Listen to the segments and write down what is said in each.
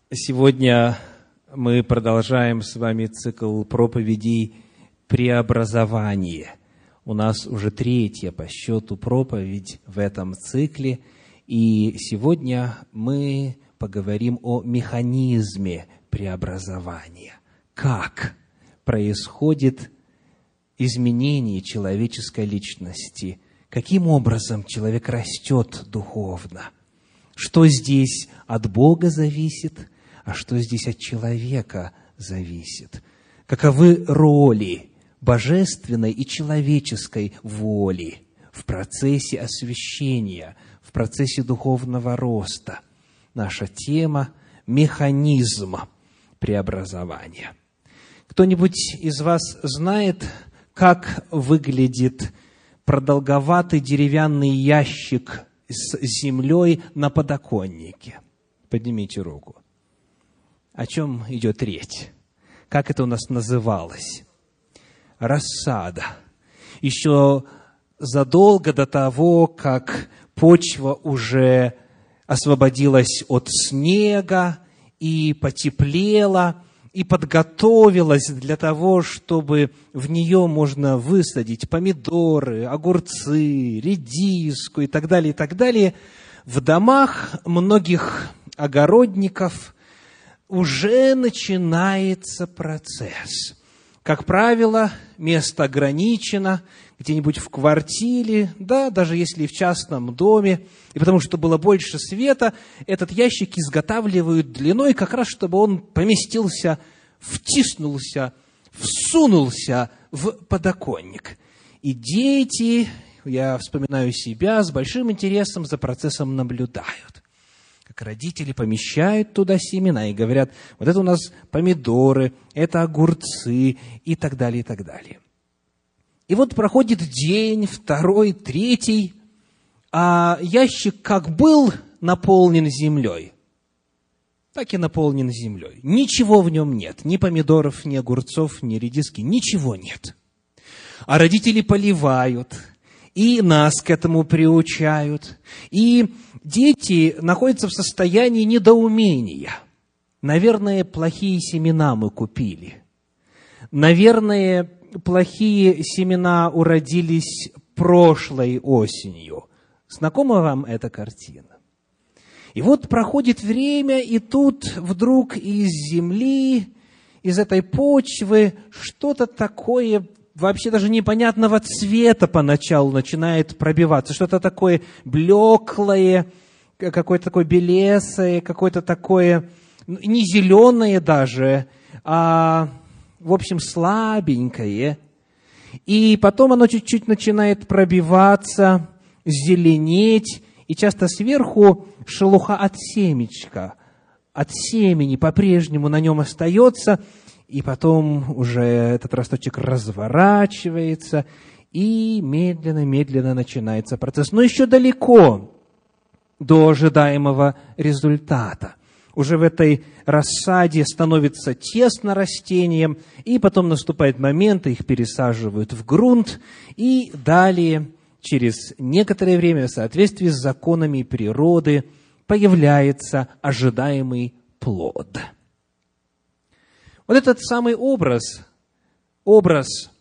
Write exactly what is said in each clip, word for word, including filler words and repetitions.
Сегодня мы продолжаем с вами цикл проповедей «Преобразование». У нас уже третья по счету проповедь в этом цикле, и сегодня мы поговорим о механизме преобразования. Как происходит изменение человеческой личности, каким образом человек растет духовно, что здесь от Бога зависит, а что здесь от человека зависит? Каковы роли божественной и человеческой воли в процессе освящения, в процессе духовного роста? Наша тема – механизм преобразования. Кто-нибудь из вас знает, как выглядит продолговатый деревянный ящик с землей на подоконнике? Поднимите руку. О чем идет речь? Как это у нас называлось? Рассада. Еще задолго до того, как почва уже освободилась от снега и потеплела, и подготовилась для того, чтобы в нее можно высадить помидоры, огурцы, редиску и так далее, и так далее, в домах многих огородников уже начинается процесс. Как правило, место ограничено, где-нибудь в квартире, да, даже если и в частном доме, и потому что было больше света, этот ящик изготавливают длиной как раз, чтобы он поместился, втиснулся, всунулся в подоконник. И дети, я вспоминаю себя, с большим интересом за процессом наблюдают. Как родители помещают туда семена и говорят, вот это у нас помидоры, это огурцы и так далее, и так далее. И вот проходит день, второй, третий, а ящик как был наполнен землей, так и наполнен землей. Ничего в нем нет, ни помидоров, ни огурцов, ни редиски, ничего нет. А родители поливают, и нас к этому приучают, и дети находятся в состоянии недоумения. Наверное, плохие семена мы купили. Наверное, плохие семена уродились прошлой осенью. Знакома вам эта картина? И вот проходит время, и тут вдруг из земли, из этой почвы что-то такое вообще даже непонятного цвета поначалу начинает пробиваться. Что-то такое блеклое, какое-то такое белесое, какое-то такое, не зеленое даже, а, в общем, слабенькое. И потом оно чуть-чуть начинает пробиваться, зеленеть, и часто сверху шелуха от семечка, от семени по-прежнему на нем остается, и потом уже этот росточек разворачивается, и медленно-медленно начинается процесс. Но еще далеко до ожидаемого результата. Уже в этой рассаде становится тесно растениям, и потом наступает момент, их пересаживают в грунт, и далее, через некоторое время, в соответствии с законами природы, появляется ожидаемый плод. Вот этот самый образ, образ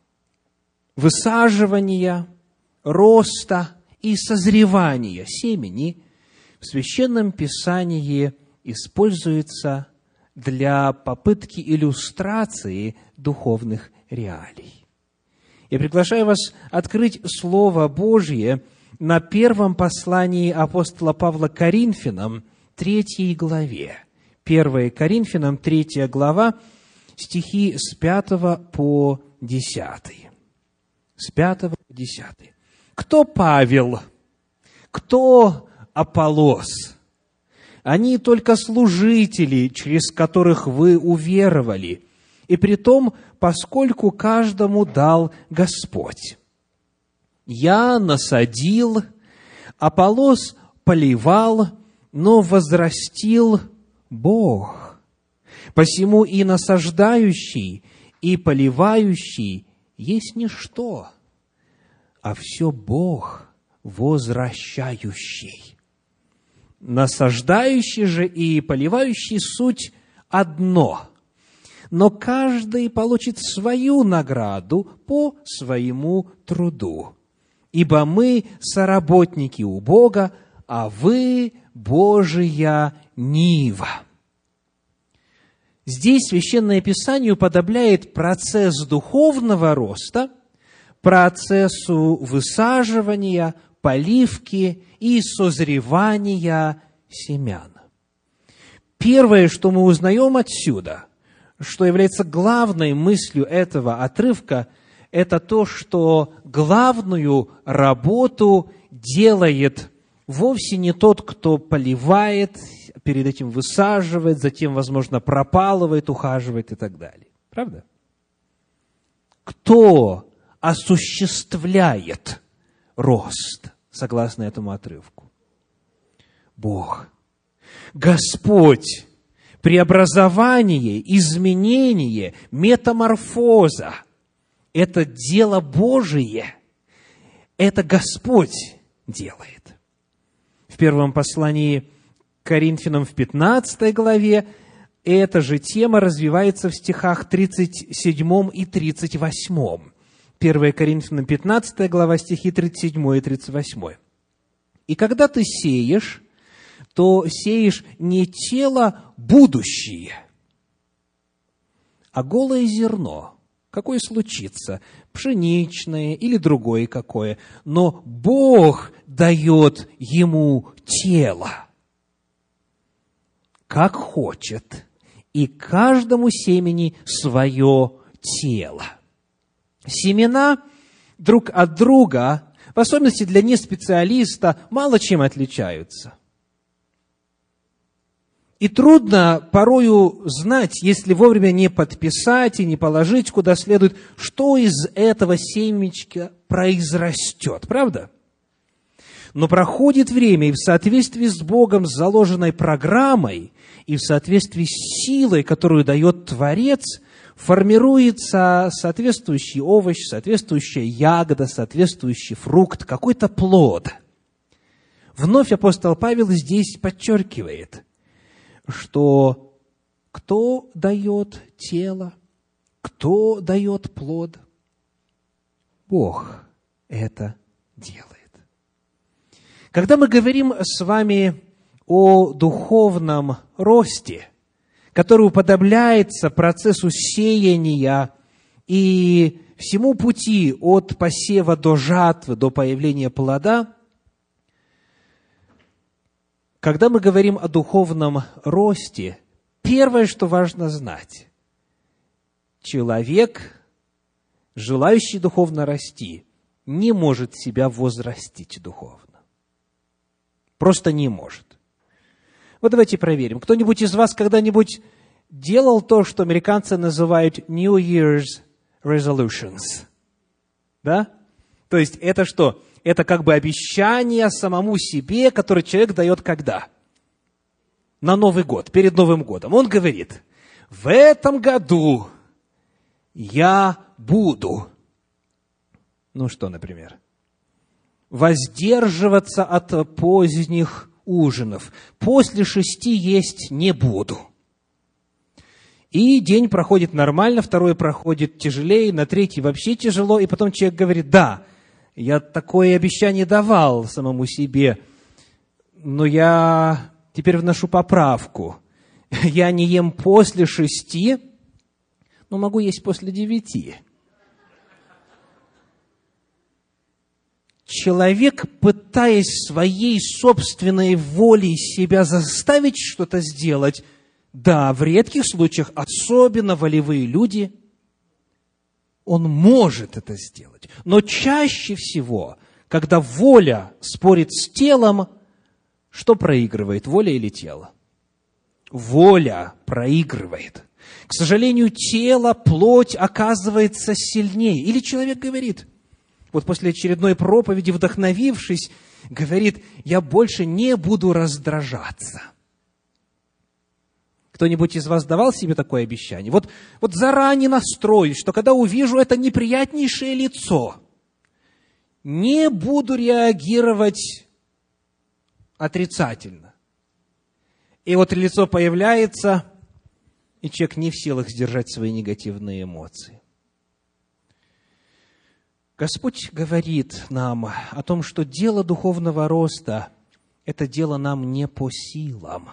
высаживания, роста и созревания семени в Священном Писании используется для попытки иллюстрации духовных реалий. Я приглашаю вас открыть Слово Божье на первом послании апостола Павла к Коринфянам, третьей главе. первое Коринфянам, третья глава, стихи с пятого по десятый. С пятого по десятый. Кто Павел? Кто Аполлос? Они только служители, через которых вы уверовали, и притом, поскольку каждому дал Господь. Я насадил, Аполлос поливал, но возрастил Бог. Посему и насаждающий, и поливающий есть ничто, а все Бог возвращающий. насаждающий же и поливающий суть одно, но каждый получит свою награду по своему труду. Ибо мы соработники у Бога, а вы Божия нива. Здесь Священное Писание уподобляет процесс духовного роста процессу высаживания, поливки и созревания семян. Первое, что мы узнаем отсюда, что является главной мыслью этого отрывка, это то, что главную работу делает вовсе не тот, кто поливает, перед этим высаживает, затем, возможно, пропалывает, ухаживает и так далее. Правда? Кто осуществляет рост, согласно этому отрывку? Бог. Господь. Преобразование, изменение, метаморфоза – это дело Божие. Это Господь делает. В первом послании к Коринфянам в пятнадцатой главе эта же тема развивается в стихах тридцать седьмом и тридцать восьмом. первое Коринфянам пятнадцатая глава, стихи тридцать седьмой и тридцать восьмой. «И когда ты сеешь, то сеешь не тело будущее, а голое зерно, какое случится, пшеничное или другое какое, но Бог дает ему тело, как хочет, и каждому семени свое тело». Семена друг от друга, в особенности для неспециалиста, мало чем отличаются. И трудно порою знать, если вовремя не подписать и не положить куда следует, что из этого семечка произрастет, правда? Но проходит время, и в соответствии с Богом, с заложенной программой, и в соответствии с силой, которую дает Творец, формируется соответствующий овощ, соответствующая ягода, соответствующий фрукт, какой-то плод. Вновь апостол Павел здесь подчеркивает, что кто дает тело, кто дает плод? Бог это делает. Когда мы говорим с вами о духовном росте, который уподобляется процессу сеяния и всему пути от посева до жатвы, до появления плода, когда мы говорим о духовном росте, первое, что важно знать, человек, желающий духовно расти, не может себя возрастить духовно. Просто не может. Вот давайте проверим. Кто-нибудь из вас когда-нибудь делал то, что американцы называют New Year's Resolutions? Да? То есть это что? Это как бы обещание самому себе, которое человек дает когда? На Новый год, перед Новым годом. Он говорит, в этом году я буду, ну что, например, воздерживаться от поздних ужинов. После шести есть не буду. И день проходит нормально, второй проходит тяжелее, на третий вообще тяжело, и потом человек говорит, да, я такое обещание давал самому себе, но я теперь вношу поправку. Я не ем после шести, но могу есть после девяти. Человек, пытаясь своей собственной волей себя заставить что-то сделать, да, в редких случаях, особенно волевые люди, он может это сделать. Но чаще всего, когда воля спорит с телом, что проигрывает, воля или тело? Воля проигрывает. К сожалению, тело, плоть оказывается сильнее. Или человек говорит, вот после очередной проповеди, вдохновившись, говорит, я больше не буду раздражаться. Кто-нибудь из вас давал себе такое обещание? Вот, вот заранее настроить, что когда увижу это неприятнейшее лицо, не буду реагировать отрицательно. И вот лицо появляется, и человек не в силах сдержать свои негативные эмоции. Господь говорит нам о том, что дело духовного роста – это дело нам не по силам.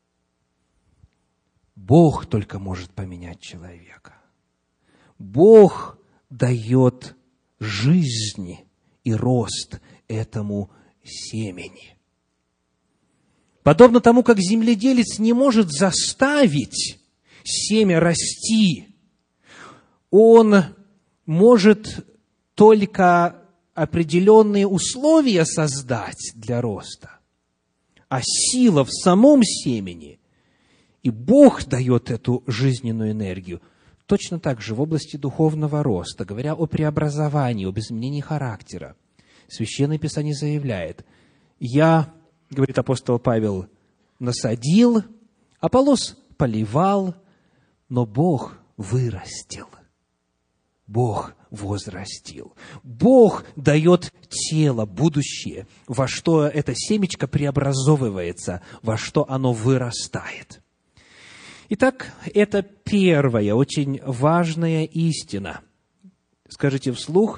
Бог только может поменять человека. Бог дает жизнь и рост этому семени. Подобно тому, как земледелец не может заставить семя расти, он может только определенные условия создать для роста, а сила в самом семени, и Бог дает эту жизненную энергию. Точно так же в области духовного роста, говоря о преобразовании, об изменении характера, Священное Писание заявляет: «Я, — говорит апостол Павел, — насадил, Аполлос поливал, но Бог вырастил, Бог возрастил». Бог дает тело, будущее, во что это семечко преобразовывается, во что оно вырастает. Итак, это первая очень важная истина. Скажите вслух: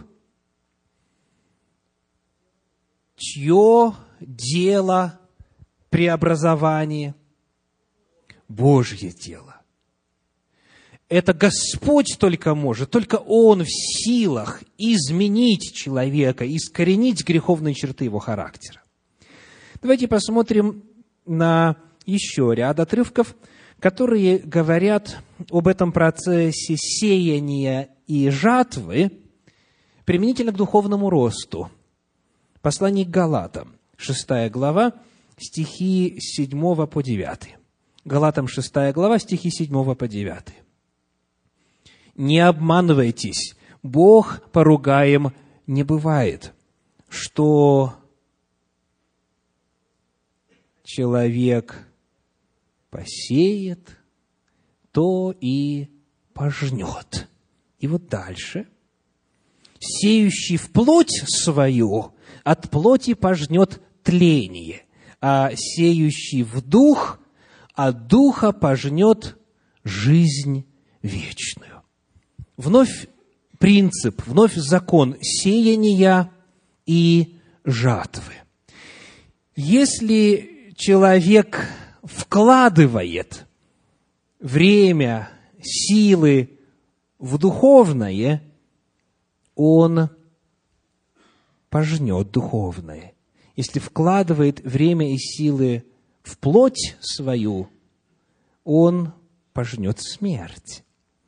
чье дело преобразование? Божье дело. Это Господь только может, только Он в силах изменить человека, искоренить греховные черты его характера. Давайте посмотрим на еще ряд отрывков, которые говорят об этом процессе сеяния и жатвы применительно к духовному росту. Послание к Галатам, шестая глава, стихи с седьмого по девятый. Галатам шестая глава, стихи с седьмого по девятый. «Не обманывайтесь, Бог поругаем не бывает, что человек посеет, то и пожнет». И вот дальше. «Сеющий в плоть свою от плоти пожнет тление, а сеющий в дух от духа пожнет жизнь вечную». Вновь принцип, вновь закон сеяния и жатвы. Если человек вкладывает время, силы в духовное, он пожнет духовное. Если вкладывает время и силы в плоть свою, он пожнет смерть.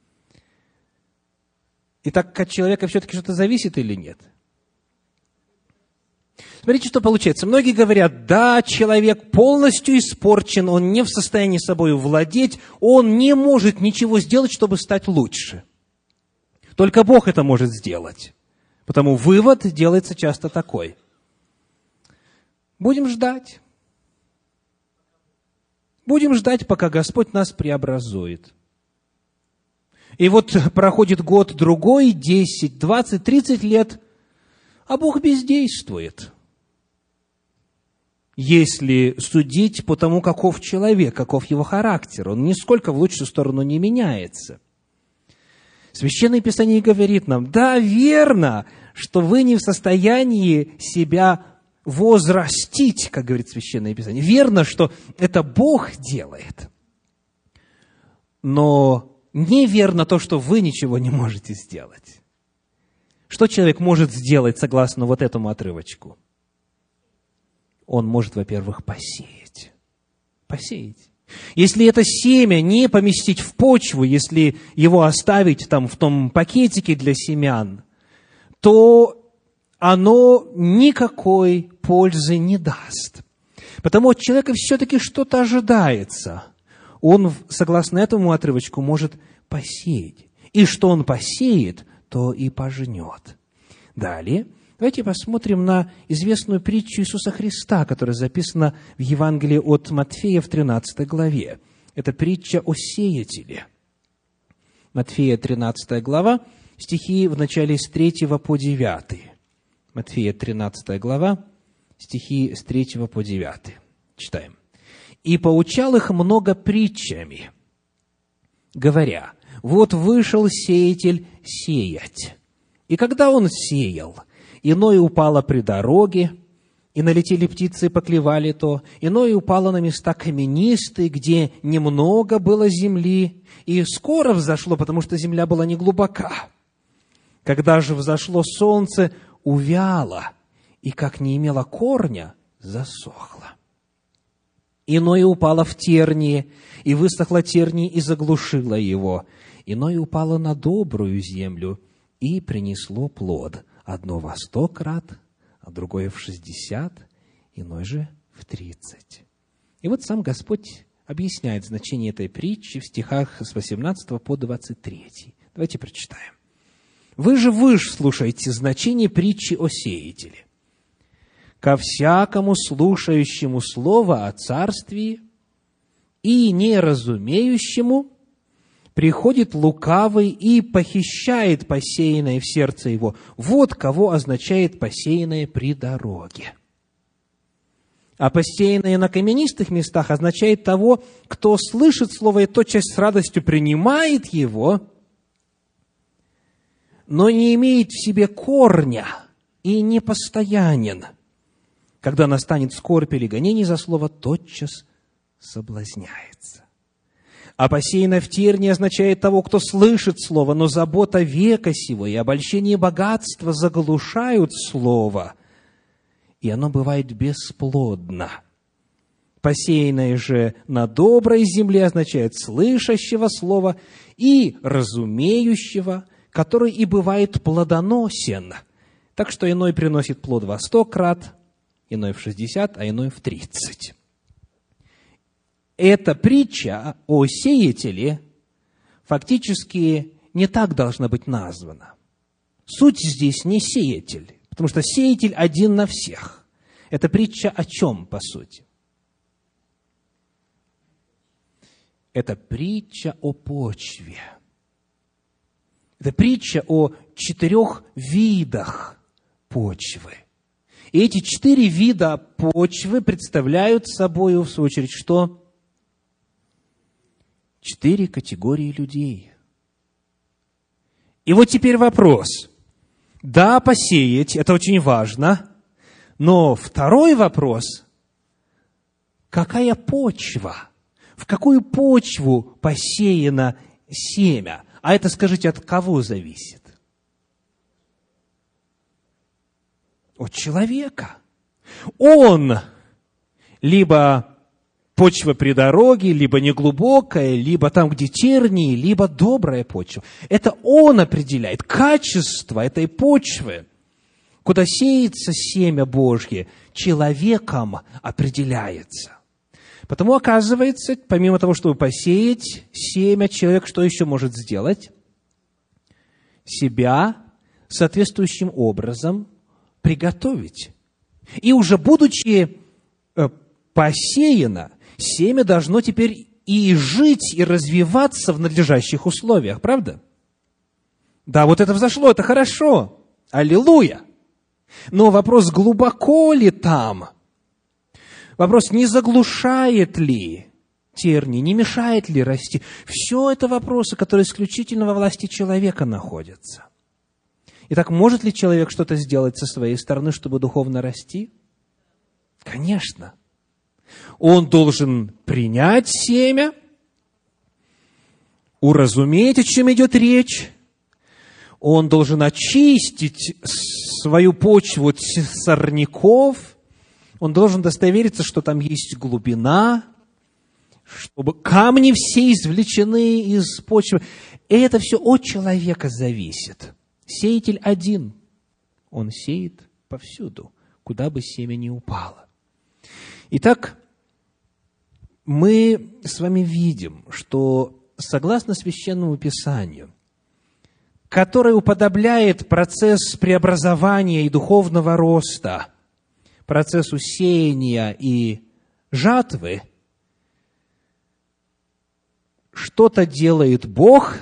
Итак, от человека все-таки что-то зависит или нет? Смотрите, что получается. Многие говорят: да, человек полностью испорчен, он не в состоянии собой владеть, он не может ничего сделать, чтобы стать лучше. Только Бог это может сделать. Потому вывод делается часто такой: будем ждать. Будем ждать, пока Господь нас преобразует. И вот проходит год, другой, десять, двадцать, тридцать лет, а Бог бездействует. Если судить по тому, каков человек, каков его характер, он нисколько в лучшую сторону не меняется. Священное Писание говорит нам: да, верно, что вы не в состоянии себя возрастить, как говорит Священное Писание. Верно, что это Бог делает. Но неверно то, что вы ничего не можете сделать. Что человек может сделать согласно вот этому отрывочку? Он может, во-первых, посеять. Посеять. Если это семя не поместить в почву, если его оставить там в том пакетике для семян, то оно никакой пользы не даст. Потому от человека все-таки что-то ожидается. Он, согласно этому отрывочку, может посеять. И что он посеет, то и пожнет. Далее, давайте посмотрим на известную притчу Иисуса Христа, которая записана в Евангелии от Матфея в тринадцатой главе. Это притча о сеятеле. Матфея тринадцатая глава, стихи в начале с третьего по девятый. Матфея тринадцатая глава, стихи с третьего по девятый. Читаем. и поучал их много притчами, говоря: вот вышел сеятель сеять. И когда он сеял, иное упало при дороге, и налетели птицы и поклевали то, иное упало на места каменистые, где немного было земли, и скоро взошло, потому что земля была неглубока. Когда же взошло солнце, увяло, и, как не имело корня, засохло. Иное упало в тернии, и высохло тернии, и заглушило его. Иное упало на добрую землю, и принесло плод. Одно во сто крат, а другое в шестьдесят, иной же в тридцать. И вот сам Господь объясняет значение этой притчи в стихах с восемнадцатого по двадцать третий. Давайте прочитаем. «Вы же выше слушаете значение притчи о сеятеле. Ко всякому слушающему слово о царствии и неразумеющему приходит лукавый и похищает посеянное в сердце его. Вот кого означает посеянное при дороге. А посеянное на каменистых местах означает того, кто слышит слово и тотчас с радостью принимает его, но не имеет в себе корня и непостоянен. Когда настанет скорбь или гонение за слово, тотчас соблазняется. А посеянное в тернии означает того, кто слышит слово, но забота века сего и обольщение богатства заглушают слово, и оно бывает бесплодно. Посеянное же на доброй земле означает слышащего слова и разумеющего, который и бывает плодоносен. Так что иной приносит плод во сто крат, иной в шестьдесят, а иной в тридцать. Эта притча о сеятеле фактически не так должна быть названа. Суть здесь не сеятель, потому что сеятель один на всех. Это притча о чем, по сути? Это притча о почве. Это притча о четырех видах почвы. И эти четыре вида почвы представляют собой, в свою очередь, что? Четыре категории людей. И вот теперь вопрос. Да, посеять, это очень важно. Но второй вопрос. Какая почва? В какую почву посеяно семя? А это, скажите, от кого зависит? От человека. Он либо почва при дороге, либо неглубокая, либо там, где тернии, либо добрая почва. Это он определяет качество этой почвы. Куда сеется семя Божье, человеком определяется. Потому, оказывается, помимо того, чтобы посеять семя, человек что еще может сделать? Себя соответствующим образом приготовить. И уже будучи посеяно, семя должно теперь и жить, и развиваться в надлежащих условиях, правда? Да, вот это взошло, это хорошо. Аллилуйя! Но вопрос, глубоко ли там? Вопрос, не заглушает ли тернии, не мешает ли расти? Все это вопросы, которые исключительно во власти человека находятся. Итак, может ли человек что-то сделать со своей стороны, чтобы духовно расти? Конечно. Он должен принять семя, уразуметь, о чем идет речь. Он должен очистить свою почву от сорняков. Он должен удостовериться, что там есть глубина, чтобы камни все извлечены из почвы. И это все от человека зависит. Сеятель один. Он сеет повсюду, куда бы семя ни упало. Итак, мы с вами видим, что согласно Священному Писанию, которое уподобляет процесс преобразования и духовного роста процессу сеяния и жатвы, что-то делает Бог,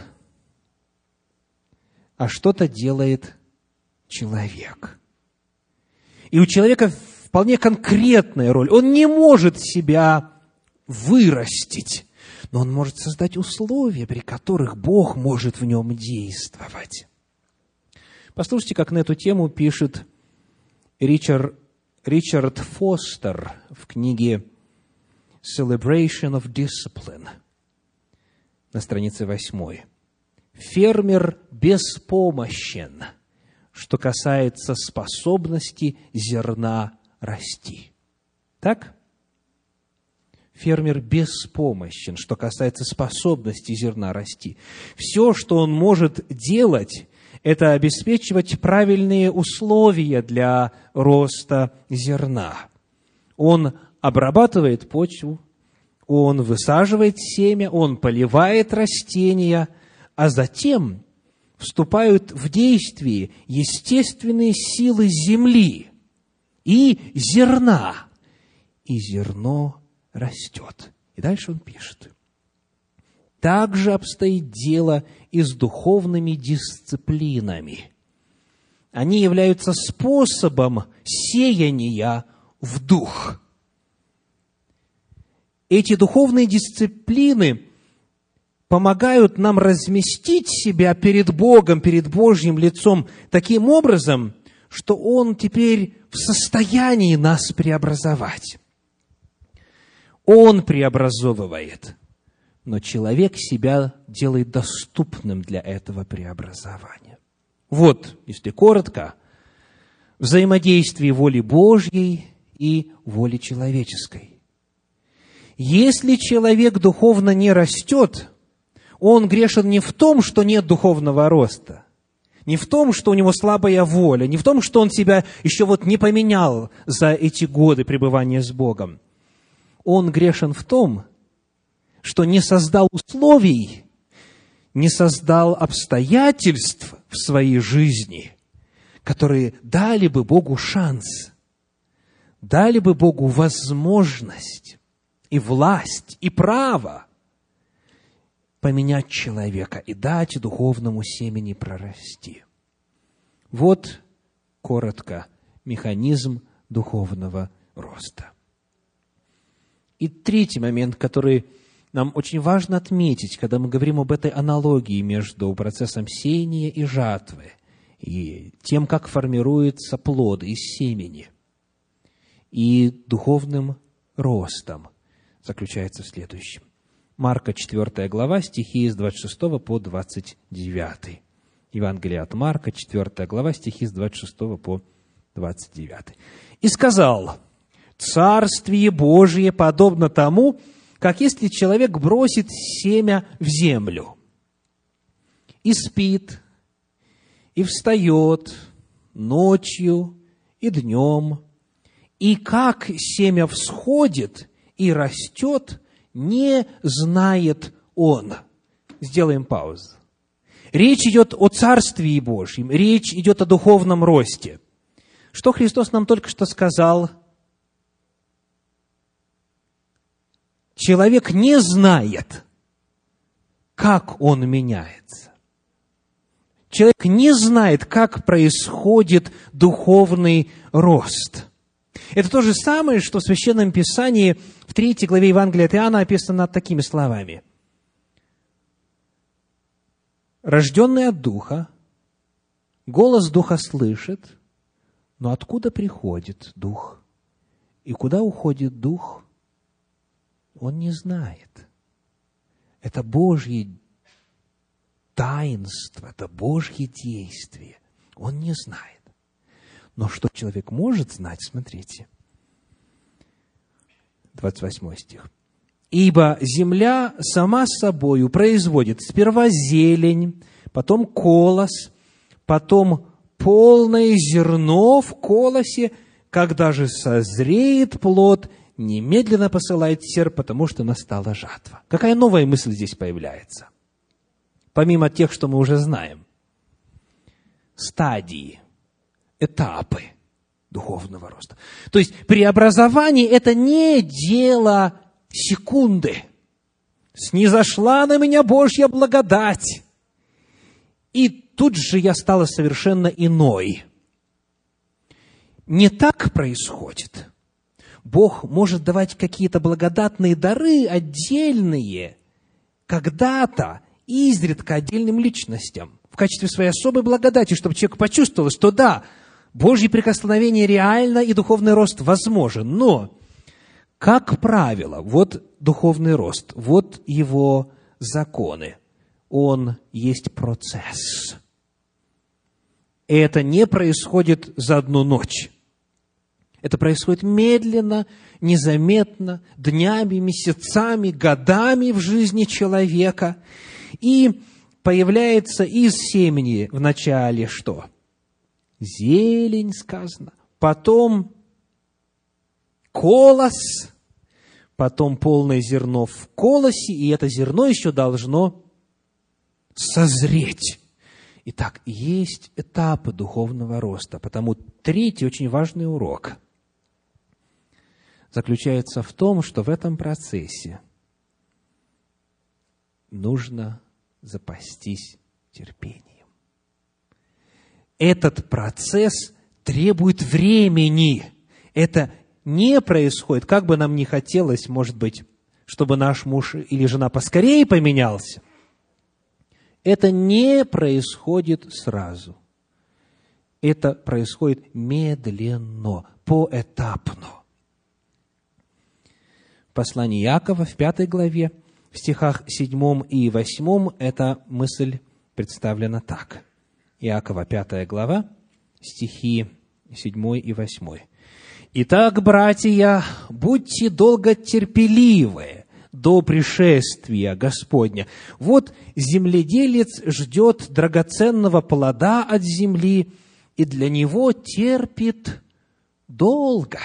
а что-то делает человек. И у человека вполне конкретная роль. Он не может себя вырастить, но он может создать условия, при которых Бог может в нем действовать. Послушайте, как на эту тему пишет Ричард, Ричард Фостер в книге «Celebration of Discipline» на странице восьмой. Фермер беспомощен, что касается способности зерна расти. Так? Фермер беспомощен, что касается способности зерна расти. Все, что он может делать, это обеспечивать правильные условия для роста зерна. Он обрабатывает почву, он высаживает семя, он поливает растения, а затем вступают в действие естественные силы земли и зерна, и зерно растет. И дальше он пишет. Так же обстоит дело и с духовными дисциплинами. Они являются способом сеяния в дух. Эти духовные дисциплины помогают нам разместить себя перед Богом, перед Божьим лицом таким образом, что Он теперь в состоянии нас преобразовать. Он преобразовывает, но человек себя делает доступным для этого преобразования. Вот, если коротко, взаимодействие воли Божьей и воли человеческой. Если человек духовно не растет, он грешен не в том, что нет духовного роста, не в том, что у него слабая воля, не в том, что он себя еще вот не поменял за эти годы пребывания с Богом. Он грешен в том, что не создал условий, не создал обстоятельств в своей жизни, которые дали бы Богу шанс, дали бы Богу возможность и власть, и право поменять человека и дать духовному семени прорасти. Вот, коротко, механизм духовного роста. И третий момент, который нам очень важно отметить, когда мы говорим об этой аналогии между процессом сеяния и жатвы, и тем, как формируется плод из семени, и духовным ростом, заключается в следующем. Марка четвёртая глава, стихи с двадцать шестого по двадцать девятый. Евангелие от Марка, четвёртая глава, стихи с двадцать шестого по двадцать девятый. «И сказал: Царствие Божие подобно тому, как если человек бросит семя в землю, и спит, и встает ночью и днем, и как семя всходит и растет, не знает он». Сделаем паузу. Речь идет о Царствии Божьем, речь идет о духовном росте. Что Христос нам только что сказал? Человек не знает, как он меняется. Человек не знает, как происходит духовный рост. Это то же самое, что в Священном Писании в третьей главе Евангелия от Иоанна описано такими словами. Рожденный от Духа, голос Духа слышит, но откуда приходит Дух и куда уходит Дух, он не знает. Это Божье таинство, это Божье действие. Он не знает. Но что человек может знать, смотрите. двадцать восьмой стих. «Ибо земля сама собою производит сперва зелень, потом колос, потом полное зерно в колосе, когда же созреет плод, немедленно посылает серп, потому что настала жатва». Какая новая мысль здесь появляется? Помимо тех, что мы уже знаем. Стадии, этапы духовного роста. То есть преобразование – это не дело секунды. Снизошла на меня Божья благодать, и тут же я стала совершенно иной. Не так происходит. Бог может давать какие-то благодатные дары отдельные, когда-то, изредка отдельным личностям, в качестве своей особой благодати, чтобы человек почувствовал, что да, Божье прикосновение реально и духовный рост возможен. Но, как правило, вот духовный рост, вот его законы. Он есть процесс. И это не происходит за одну ночь. Это происходит медленно, незаметно, днями, месяцами, годами в жизни человека. И появляется из семени вначале что? Зелень, сказано. Потом колос, потом полное зерно в колосе, и это зерно еще должно созреть. Итак, есть этапы духовного роста. Потому третий очень важный урок заключается в том, что в этом процессе нужно запастись терпением. Этот процесс требует времени. Это не происходит, как бы нам ни хотелось, может быть, чтобы наш муж или жена поскорее поменялся. Это не происходит сразу. Это происходит медленно, поэтапно. В послании Иакова в пятой главе, в стихах седьмом и восьмом, эта мысль представлена так. Иакова, пятая глава, стихи седьмой и восьмой. «Итак, братья, будьте долготерпеливы до пришествия Господня. Вот земледелец ждет драгоценного плода от земли, и для него терпит долго,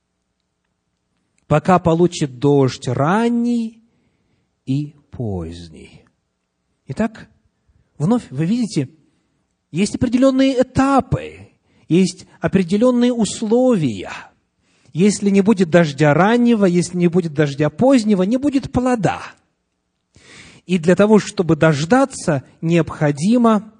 пока получит дождь ранний и поздний». Итак, вновь вы видите, есть определенные этапы, есть определенные условия. Если не будет дождя раннего, если не будет дождя позднего, не будет плода. И для того, чтобы дождаться, необходимо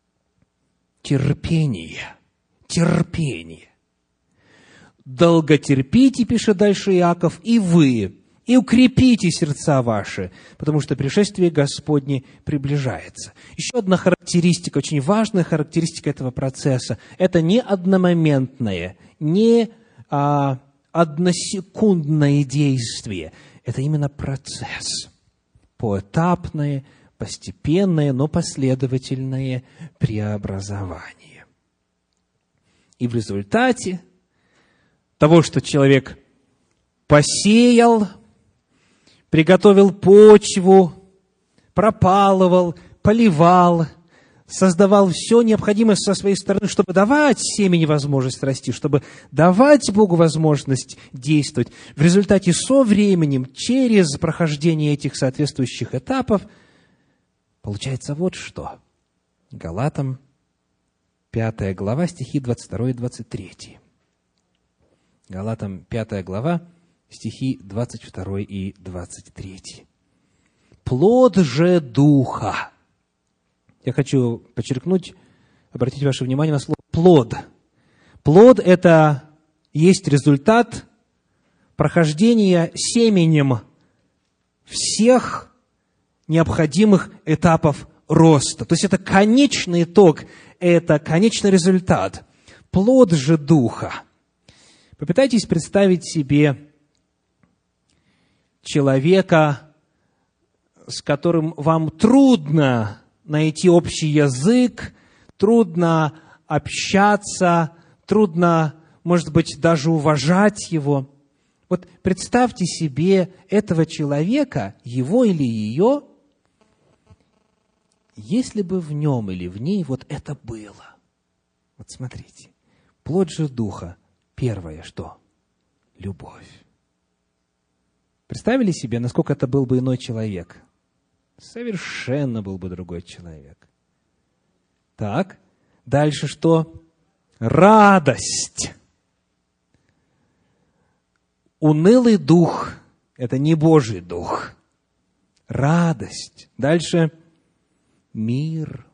терпение. Терпение. «Долготерпите», пишет дальше Иаков, «и вы, и укрепите сердца ваши, потому что пришествие Господне приближается». Еще одна характеристика, очень важная характеристика этого процесса, это не одномоментное, не а, односекундное действие. Это именно процесс. Поэтапное, постепенное, но последовательное преобразование. И в результате того, что человек посеял, приготовил почву, пропалывал, поливал, создавал все необходимое со своей стороны, чтобы давать семени возможность расти, чтобы давать Богу возможность действовать. В результате со временем, через прохождение этих соответствующих этапов, получается вот что. Галатам, пятая глава, стихи двадцать два и двадцать три. Галатам, пятая глава, стихи двадцать два и двадцать три. «Плод же Духа». Я хочу подчеркнуть, обратить ваше внимание на слово «плод». Плод – это есть результат прохождения семенем всех необходимых этапов роста. То есть это конечный итог, это конечный результат. Плод же Духа. Попытайтесь представить себе человека, с которым вам трудно найти общий язык, трудно общаться, трудно, может быть, даже уважать его. Вот представьте себе этого человека, его или ее, если бы в нем или в ней вот это было. Вот смотрите, плод же Духа, первое что? Любовь. Представили себе, насколько это был бы иной человек? Совершенно был бы другой человек. Так, дальше что? Радость. Унылый дух – это не Божий дух. Радость. Дальше мир,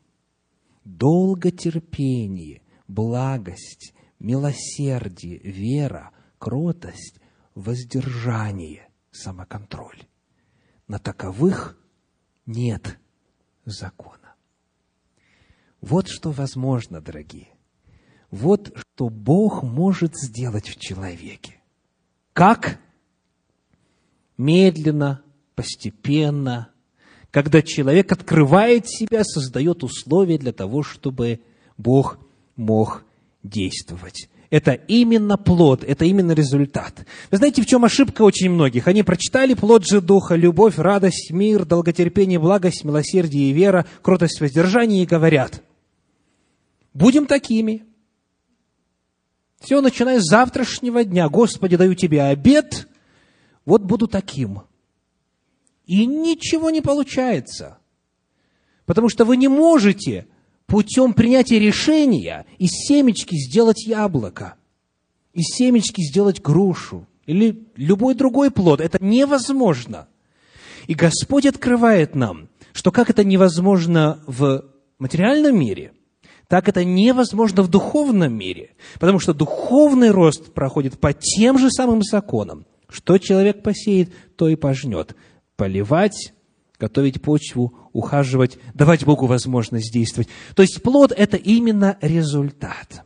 долготерпение, благость, милосердие, вера, кротость, воздержание, самоконтроль. На таковых нет закона. Вот что возможно, дорогие. Вот что Бог может сделать в человеке. Как? Медленно, постепенно, когда человек открывает себя, создает условия для того, чтобы Бог мог действовать. Это именно плод, это именно результат. Вы знаете, в чем ошибка очень многих? Они прочитали плод же Духа, любовь, радость, мир, долготерпение, благость, милосердие и вера, кротость, воздержание, и говорят: будем такими. Все, начиная с завтрашнего дня, Господи, даю Тебе обет, вот буду таким. И ничего не получается. Потому что вы не можете путем принятия решения из семечки сделать яблоко, из семечки сделать грушу или любой другой плод. Это невозможно. И Господь открывает нам, что как это невозможно в материальном мире, так это невозможно в духовном мире. Потому что духовный рост проходит по тем же самым законам. Что человек посеет, то и пожнет. Поливать, готовить почву, ухаживать, давать Богу возможность действовать. То есть плод – это именно результат.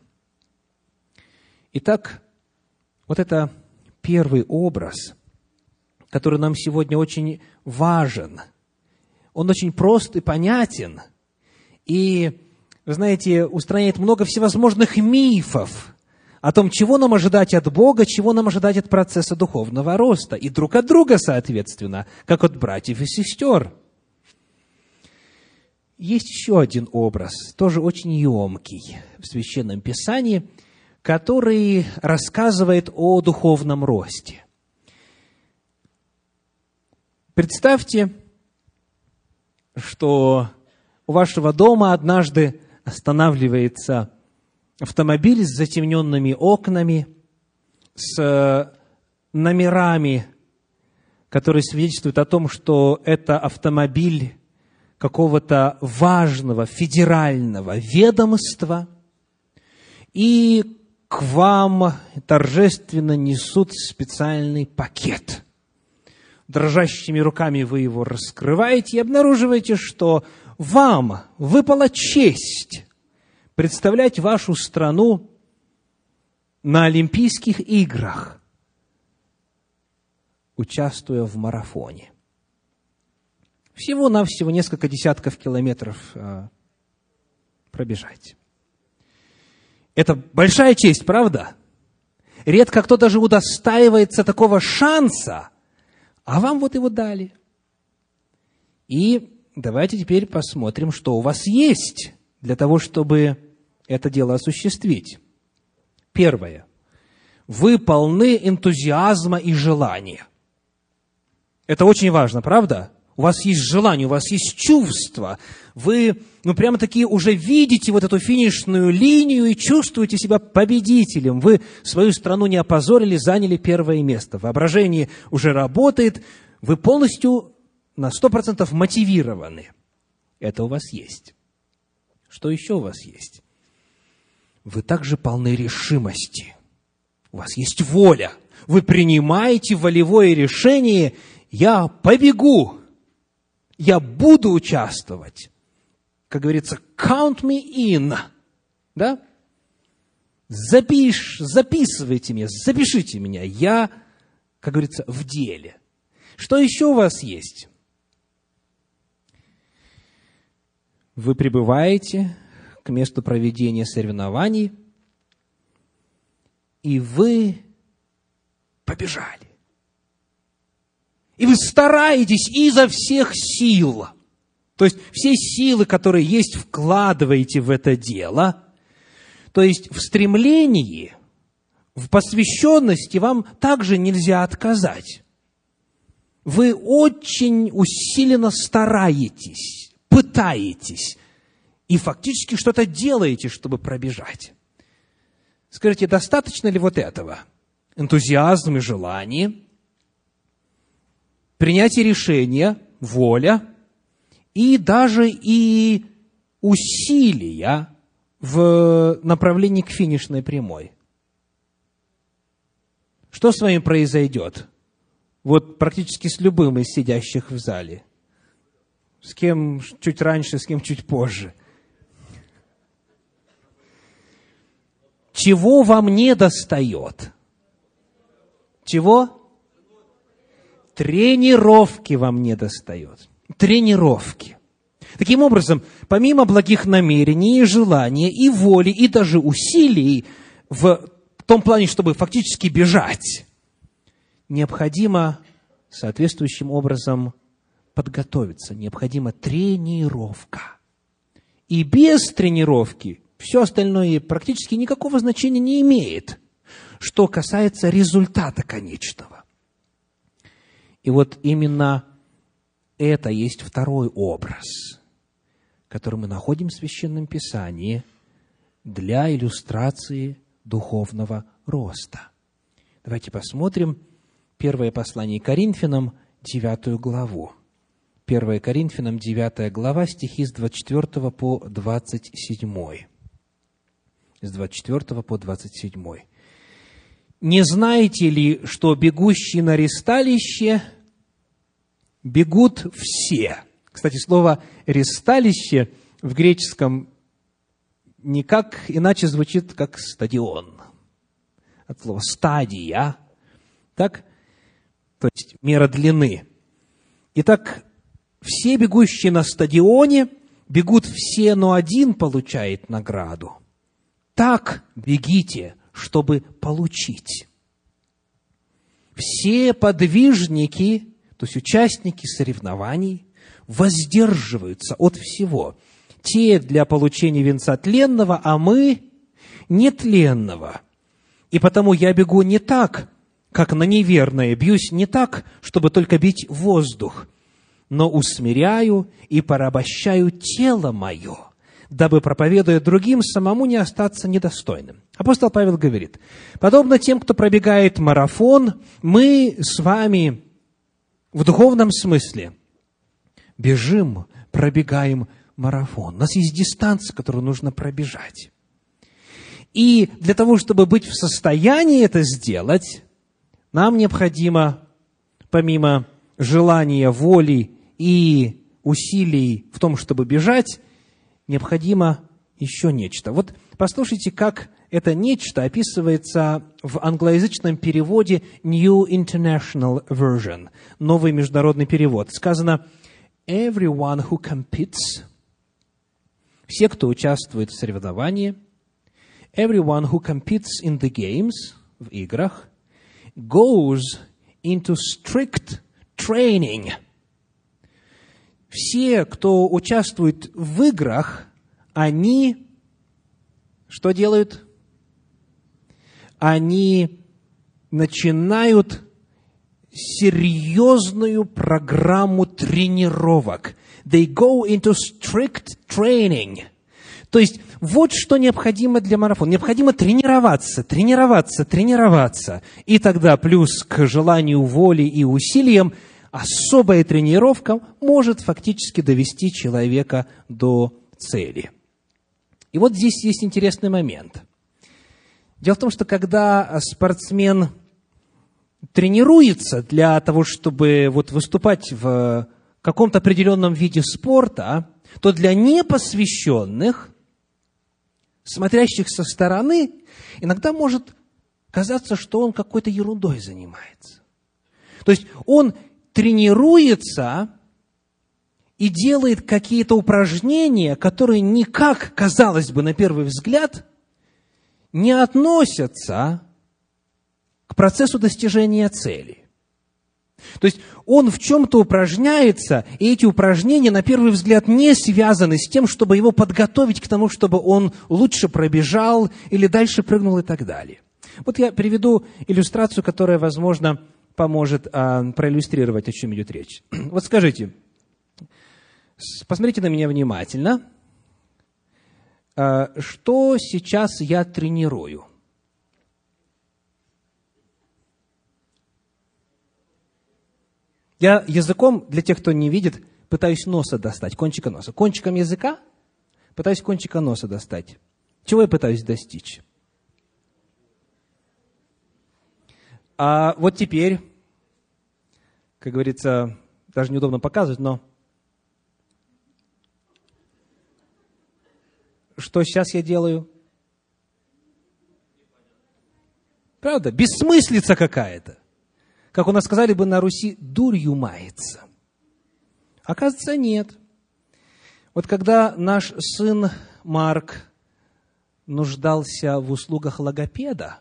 Итак, вот это первый образ, который нам сегодня очень важен. Он очень прост и понятен. И, вы знаете, устраняет много всевозможных мифов о том, чего нам ожидать от Бога, чего нам ожидать от процесса духовного роста. И друг от друга, соответственно, как от братьев и сестер. Есть еще один образ, тоже очень емкий в Священном Писании, который рассказывает о духовном росте. Представьте, что у вашего дома однажды останавливается автомобиль с затемненными окнами, с номерами, которые свидетельствуют о том, что это автомобиль какого-то важного федерального ведомства, и к вам торжественно несут специальный пакет. Дрожащими руками вы его раскрываете и обнаруживаете, что вам выпала честь представлять вашу страну на Олимпийских играх, участвуя в марафоне. Всего-навсего несколько десятков километров а, пробежать. Это большая честь, правда? Редко кто даже удостаивается такого шанса, а вам вот его дали. И давайте теперь посмотрим, что у вас есть для того, чтобы это дело осуществить. Первое. Вы полны энтузиазма и желания. Это очень важно, правда? У вас есть желание, у вас есть чувство. Вы, ну, прямо-таки уже видите вот эту финишную линию и чувствуете себя победителем. Вы свою страну не опозорили, заняли первое место. Воображение уже работает. Вы полностью на сто процентов мотивированы. Это у вас есть. Что еще у вас есть? Вы также полны решимости. У вас есть воля. Вы принимаете волевое решение: я побегу, я буду участвовать. Как говорится, count me in. Да? Запиш, записывайте меня, запишите меня. Я, как говорится, в деле. Что еще у вас есть? Вы прибываете к месту проведения соревнований, и вы побежали. И вы стараетесь изо всех сил. То есть все силы, которые есть, вкладываете в это дело. То есть в стремлении, в посвященности вам также нельзя отказать. Вы очень усиленно стараетесь, пытаетесь и фактически что-то делаете, чтобы пробежать. Скажите, достаточно ли вот этого? Энтузиазм и желание, принятие решения, воля и даже и усилия в направлении к финишной прямой. что с вами произойдет? Вот практически с любым из сидящих в зале. С кем чуть раньше, с кем чуть позже. Чего вам не достает? Чего? Тренировки вам не достает. Тренировки. Таким образом, помимо благих намерений, и желания, и воли, и даже усилий, в том плане, чтобы фактически бежать, необходимо соответствующим образом подготовиться. Необходима тренировка. И без тренировки все остальное практически никакого значения не имеет, что касается результата конечного. И вот именно это есть второй образ, который мы находим в Священном Писании для иллюстрации духовного роста. Давайте посмотрим первое послание Коринфянам, девятую главу. первое Коринфянам, девятая глава, стихи с двадцать четвёртого по двадцать седьмой. С двадцать четвёртого по двадцать седьмой. «Не знаете ли, что бегущие на ристалище бегут все?» Кстати, слово «ристалище» в греческом никак иначе звучит, как «стадион». От слова «стадия», так? То есть мера длины. Итак, все бегущие на стадионе бегут все, но один получает награду. Так бегите, чтобы получить. Все подвижники, то есть участники соревнований, воздерживаются от всего. Те для получения венца тленного, а мы нетленного. И потому я бегу не так, как на неверное, бьюсь не так, чтобы только бить воздух, но усмиряю и порабощаю тело мое, дабы, проповедуя другим, самому не остаться недостойным. Апостол Павел говорит, подобно тем, кто пробегает марафон, мы с вами в духовном смысле бежим, пробегаем марафон. У нас есть дистанция, которую нужно пробежать. И для того, чтобы быть в состоянии это сделать, нам необходимо, помимо желания, воли и усилий в том, чтобы бежать, необходимо еще нечто. Вот послушайте, как это нечто описывается в англоязычном переводе New International Version, новый международный перевод. Сказано «Everyone who competes», все, кто участвует в соревновании, «Everyone who competes in the games», в играх, «goes into strict training». Все, кто участвует в играх, они что делают? Они начинают серьезную программу тренировок. They go into strict training. То есть, вот что необходимо для марафона. Необходимо тренироваться, тренироваться, тренироваться. И тогда плюс к желанию, воле и усилиям особая тренировка может фактически довести человека до цели. И вот здесь есть интересный момент. Дело в том, что когда спортсмен тренируется для того, чтобы вот выступать в каком-то определенном виде спорта, то для непосвященных, смотрящих со стороны, иногда может казаться, что он какой-то ерундой занимается. То есть он тренируется и делает какие-то упражнения, которые никак, казалось бы, на первый взгляд, не относятся к процессу достижения цели. То есть он в чем-то упражняется, и эти упражнения, на первый взгляд, не связаны с тем, чтобы его подготовить к тому, чтобы он лучше пробежал или дальше прыгнул и так далее. Вот я приведу иллюстрацию, которая, возможно, поможет а, проиллюстрировать, о чем идет речь. Вот скажите, посмотрите на меня внимательно, а, что сейчас я тренирую? Я языком, для тех, кто не видит, пытаюсь носа достать, кончика носа. Кончиком языка пытаюсь кончика носа достать. Чего я пытаюсь достичь? А вот теперь, как говорится, даже неудобно показывать, но что сейчас я делаю? Правда? Бессмыслица какая-то. Как у нас сказали бы на Руси, дурью мается. Оказывается, нет. Вот когда наш сын Марк нуждался в услугах логопеда,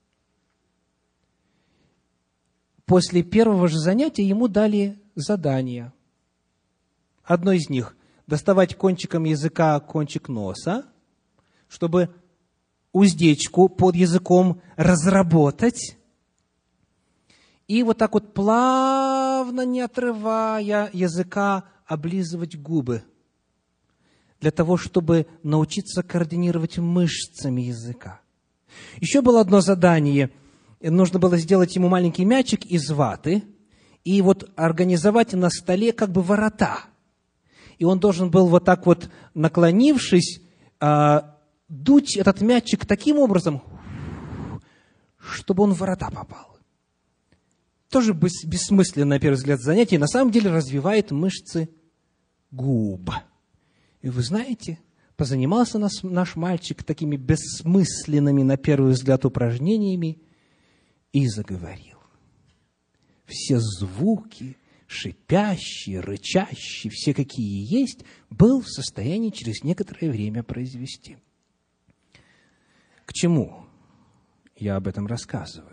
после первого же занятия ему дали задание. Одно из них – доставать кончиком языка кончик носа, чтобы уздечку под языком разработать, и вот так вот плавно, не отрывая языка, облизывать губы, для того, чтобы научиться координировать мышцами языка. Еще было одно задание. Нужно было сделать ему маленький мячик из ваты и вот организовать на столе как бы ворота. И он должен был вот так вот, наклонившись, дуть этот мячик таким образом, чтобы он в ворота попал. Тоже бессмысленное, на первый взгляд, занятие. На самом деле развивает мышцы губ. И вы знаете, позанимался нас, наш мальчик такими бессмысленными, на первый взгляд, упражнениями и заговорил. Все звуки, шипящие, рычащие, все какие есть, был в состоянии через некоторое время произвести. К чему я об этом рассказываю?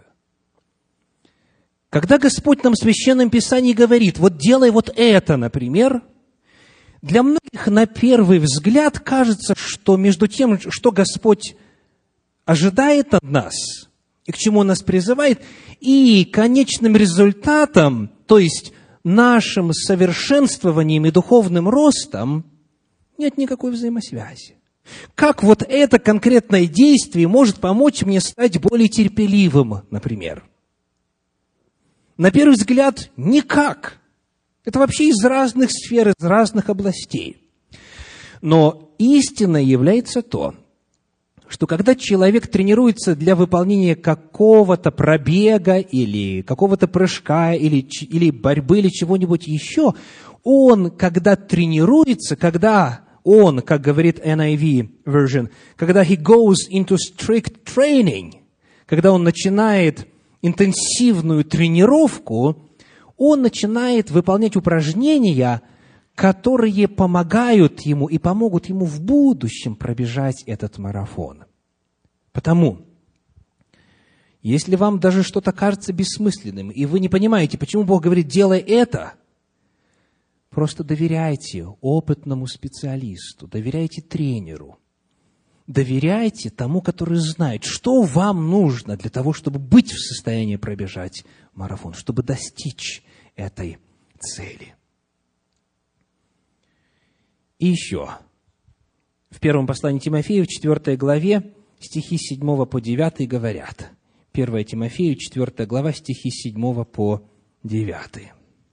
Когда Господь нам в Священном Писании говорит, вот делай вот это, например, для многих на первый взгляд кажется, что между тем, что Господь ожидает от нас, и к чему Он нас призывает, и конечным результатом, то есть нашим совершенствованием и духовным ростом, нет никакой взаимосвязи. Как вот это конкретное действие может помочь мне стать более терпеливым, например? На первый взгляд, никак. Это вообще из разных сфер, из разных областей. Но истиной является то, что когда человек тренируется для выполнения какого-то пробега или какого-то прыжка, или, или борьбы, или чего-нибудь еще, он, когда тренируется, когда он, как говорит эн ай ви version, когда he goes into strict training, когда он начинает интенсивную тренировку, он начинает выполнять упражнения, которые помогают ему и помогут ему в будущем пробежать этот марафон. Потому, если вам даже что-то кажется бессмысленным, и вы не понимаете, почему Бог говорит, делай это, просто доверяйте опытному специалисту, доверяйте тренеру, доверяйте тому, который знает, что вам нужно для того, чтобы быть в состоянии пробежать марафон, чтобы достичь этой цели. И еще. В первом послании Тимофею, в четвёртой главе, стихи с седьмого по девятый говорят. первое Тимофею, четвёртая глава, стихи с седьмого по девятый.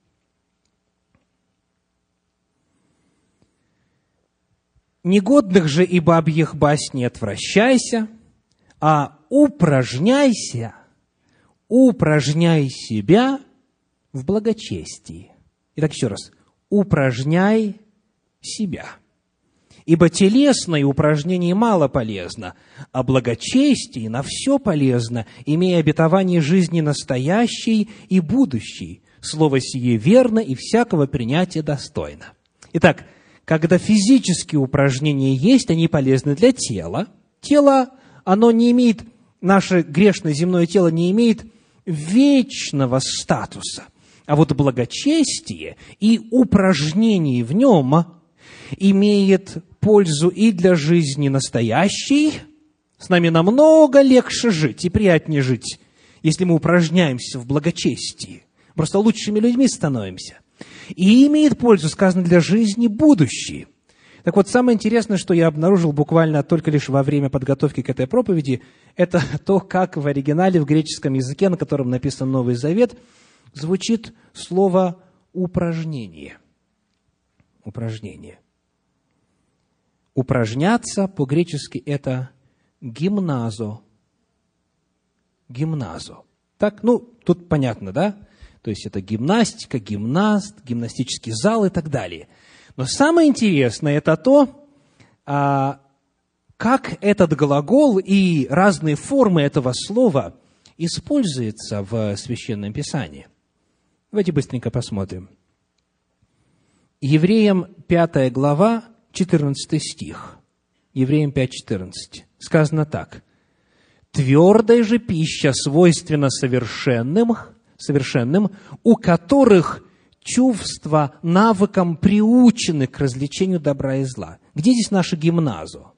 «Негодных же и бабьих басней отвращайся, а упражняйся, упражняй себя в благочестии». Итак, еще раз. Упражняй себя. Ибо телесное упражнение мало полезно, а благочестие на все полезно, имея обетование жизни настоящей и будущей. Слово сие верно и всякого принятия достойно. Итак, когда физические упражнения есть, они полезны для тела. Тело, оно не имеет, наше грешное земное тело не имеет вечного статуса. А вот благочестие и упражнение в нем имеет пользу и для жизни настоящей. С нами намного легче жить и приятнее жить, если мы упражняемся в благочестии. Просто лучшими людьми становимся. И имеет пользу, сказано, для жизни будущей. Так вот, самое интересное, что я обнаружил буквально только лишь во время подготовки к этой проповеди, это то, как в оригинале, в греческом языке, на котором написан Новый Завет, звучит слово «упражнение». Упражнение. Упражняться по-гречески это гимназо. Гимназо. Так, ну, тут понятно, да? То есть это гимнастика, гимнаст, гимнастический зал и так далее. Но самое интересное это то, а, как этот глагол и разные формы этого слова используются в Священном Писании. Давайте быстренько посмотрим. Евреям пятая глава, четырнадцатый стих. Евреям пять четырнадцать. Сказано так. «Твердая же пища свойственна совершенным, совершенным, у которых чувства навыкам приучены к развлечению добра и зла». Где здесь наша гимназо?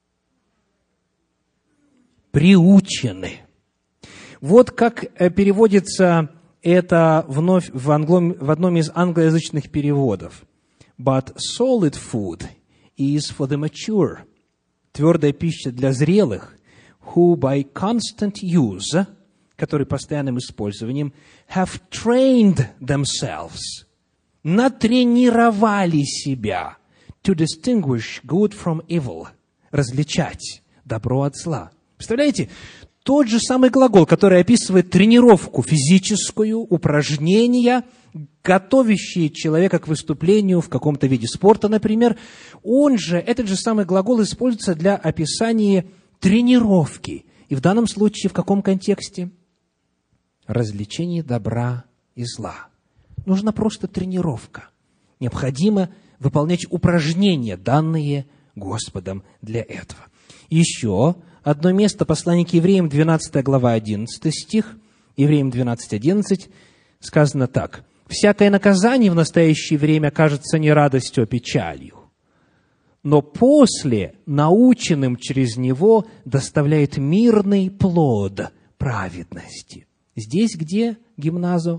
Приучены. Вот как переводится это вновь в, англо, в одном из англоязычных переводов. «But solid food is for the mature». Твердая пища для зрелых, who by constant use, которые постоянным использованием, have trained themselves, натренировали себя to distinguish good from evil, различать добро от зла. Представляете, тот же самый глагол, который описывает тренировку физическую, упражнения, готовящие человека к выступлению в каком-то виде спорта, например, он же, этот же самый глагол используется для описания тренировки. И в данном случае в каком контексте? Развлечение добра и зла. Нужна просто тренировка. Необходимо выполнять упражнения, данные Господом для этого. Еще одно место, послание к Евреям, двенадцатая глава, одиннадцатый стих, Евреям двенадцать, одиннадцать, сказано так. «Всякое наказание в настоящее время кажется не радостью, а печалью, но после, наученным через него, доставляет мирный плод праведности». Здесь где гимназо?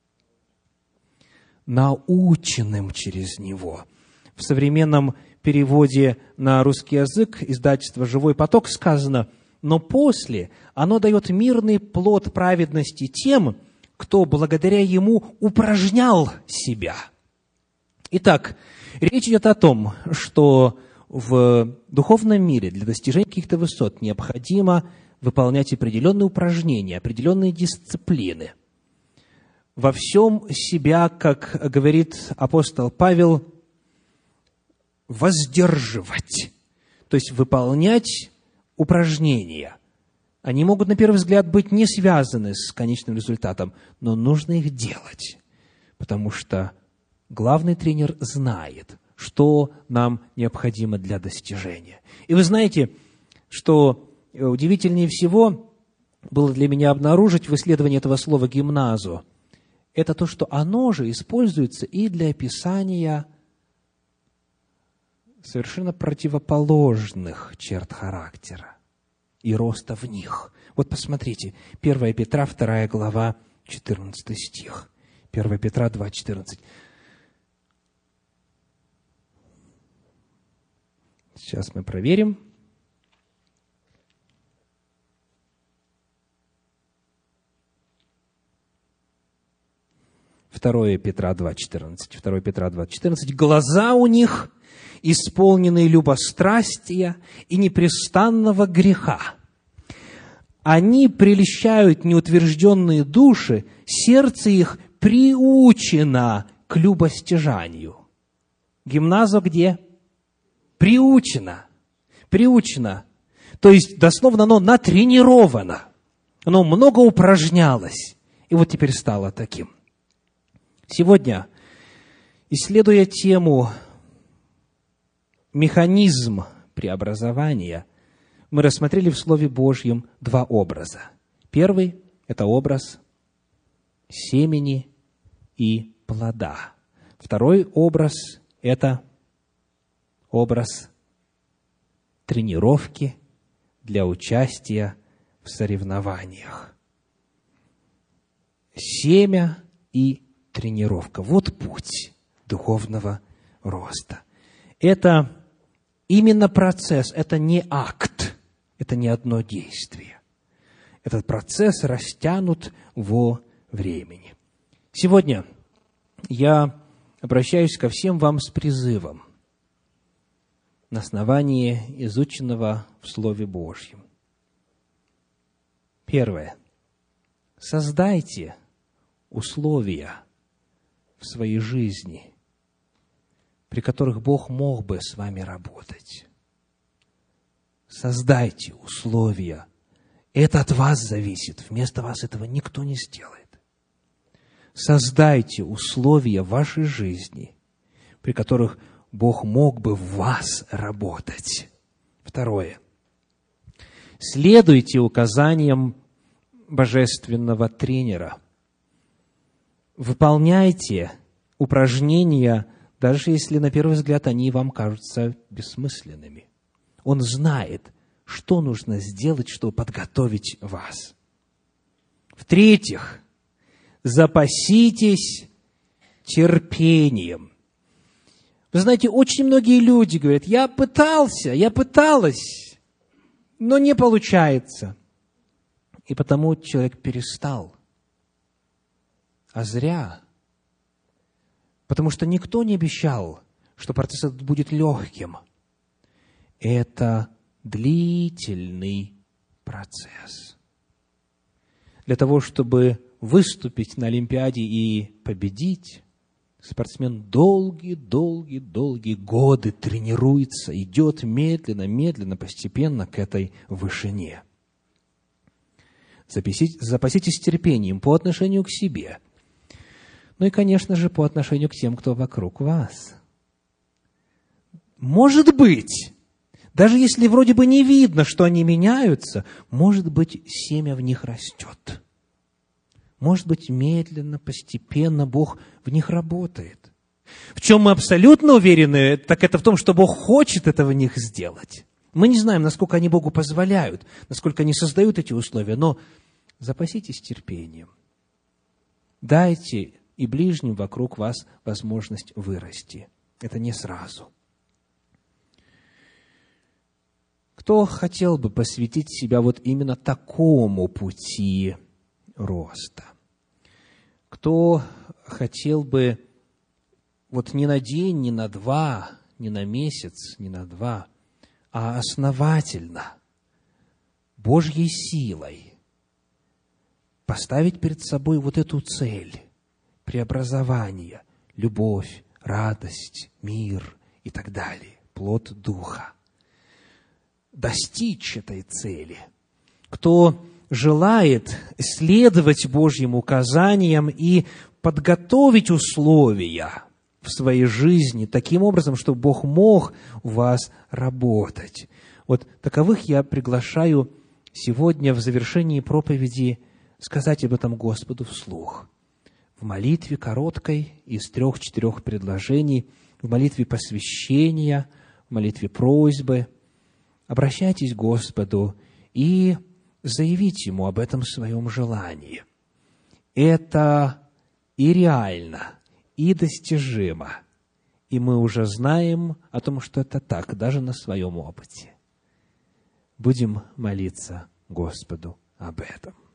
Наученным через него. В современном переводе на русский язык издательства «Живой поток» сказано, но после оно дает мирный плод праведности тем, кто благодаря ему упражнял себя. Итак, речь идет о том, что в духовном мире для достижения каких-то высот необходимо выполнять определенные упражнения, определенные дисциплины. Во всем себя, как говорит апостол Павел, воздерживать, то есть выполнять упражнения. Они могут, на первый взгляд, быть не связаны с конечным результатом, но нужно их делать, потому что главный тренер знает, что нам необходимо для достижения. И вы знаете, что удивительнее всего было для меня обнаружить в исследовании этого слова «гимназо», это то, что оно же используется и для описания совершенно противоположных черт характера и роста в них. Вот посмотрите, первое Петра, вторая глава, четырнадцатый стих. первое Петра два, четырнадцать. Сейчас мы проверим. второе Петра два, четырнадцать. второе Петра два, четырнадцать. «Глаза у них исполненные любострастия и непрестанного греха. Они прельщают неутвержденные души, сердце их приучено к любостяжанию». Гимназо где? Приучено. Приучено. То есть, дословно, оно натренировано. Оно много упражнялось. И вот теперь стало таким. Сегодня, исследуя тему «Механизм преобразования», мы рассмотрели в Слове Божьем два образа. Первый – это образ семени и плода. Второй образ – это образ тренировки для участия в соревнованиях. Семя и тренировка. Вот путь духовного роста. Это именно процесс, это не акт, это не одно действие. Этот процесс растянут во времени. Сегодня я обращаюсь ко всем вам с призывом на основании изученного в Слове Божьем. Первое. Создайте условия в своей жизни, при которых Бог мог бы с вами работать. Создайте условия. Это от вас зависит. Вместо вас этого никто не сделает. Создайте условия в вашей жизни, при которых Бог мог бы в вас работать. Второе. Следуйте указаниям божественного тренера. Выполняйте упражнения, даже если на первый взгляд они вам кажутся бессмысленными. Он знает, что нужно сделать, чтобы подготовить вас. В-третьих, запаситесь терпением. Вы знаете, очень многие люди говорят: я пытался, я пыталась, но не получается. И потому человек перестал. А зря. Потому что никто не обещал, что процесс этот будет легким. Это длительный процесс. Для того, чтобы выступить на Олимпиаде и победить, спортсмен долгие-долгие-долгие годы тренируется, идет медленно, медленно, постепенно к этой вышине. Запаситесь, запаситесь терпением по отношению к себе. Ну и, конечно же, по отношению к тем, кто вокруг вас. Может быть, даже если вроде бы не видно, что они меняются, может быть, семя в них растет. Может быть, медленно, постепенно Бог в них работает. В чем мы абсолютно уверены, так это в том, что Бог хочет это в них сделать. Мы не знаем, насколько они Богу позволяют, насколько они создают эти условия, но запаситесь терпением. Дайте и ближним вокруг вас возможность вырасти. Это не сразу. Кто хотел бы посвятить себя вот именно такому пути роста? Кто хотел бы вот не на день, не на два, не на месяц, не на два, а основательно, Божьей силой поставить перед собой вот эту цель преобразования, любовь, радость, мир и так далее, плод Духа. Достичь этой цели. Кто желает следовать Божьим указаниям и подготовить условия в своей жизни таким образом, чтобы Бог мог у вас работать. Вот таковых я приглашаю сегодня в завершении проповеди сказать об этом Господу вслух. В молитве короткой из трех-четырех предложений, в молитве посвящения, в молитве просьбы. Обращайтесь к Господу и заявите Ему об этом своем желании. Это и реально, и достижимо. И мы уже знаем о том, что это так, даже на своем опыте. Будем молиться Господу об этом.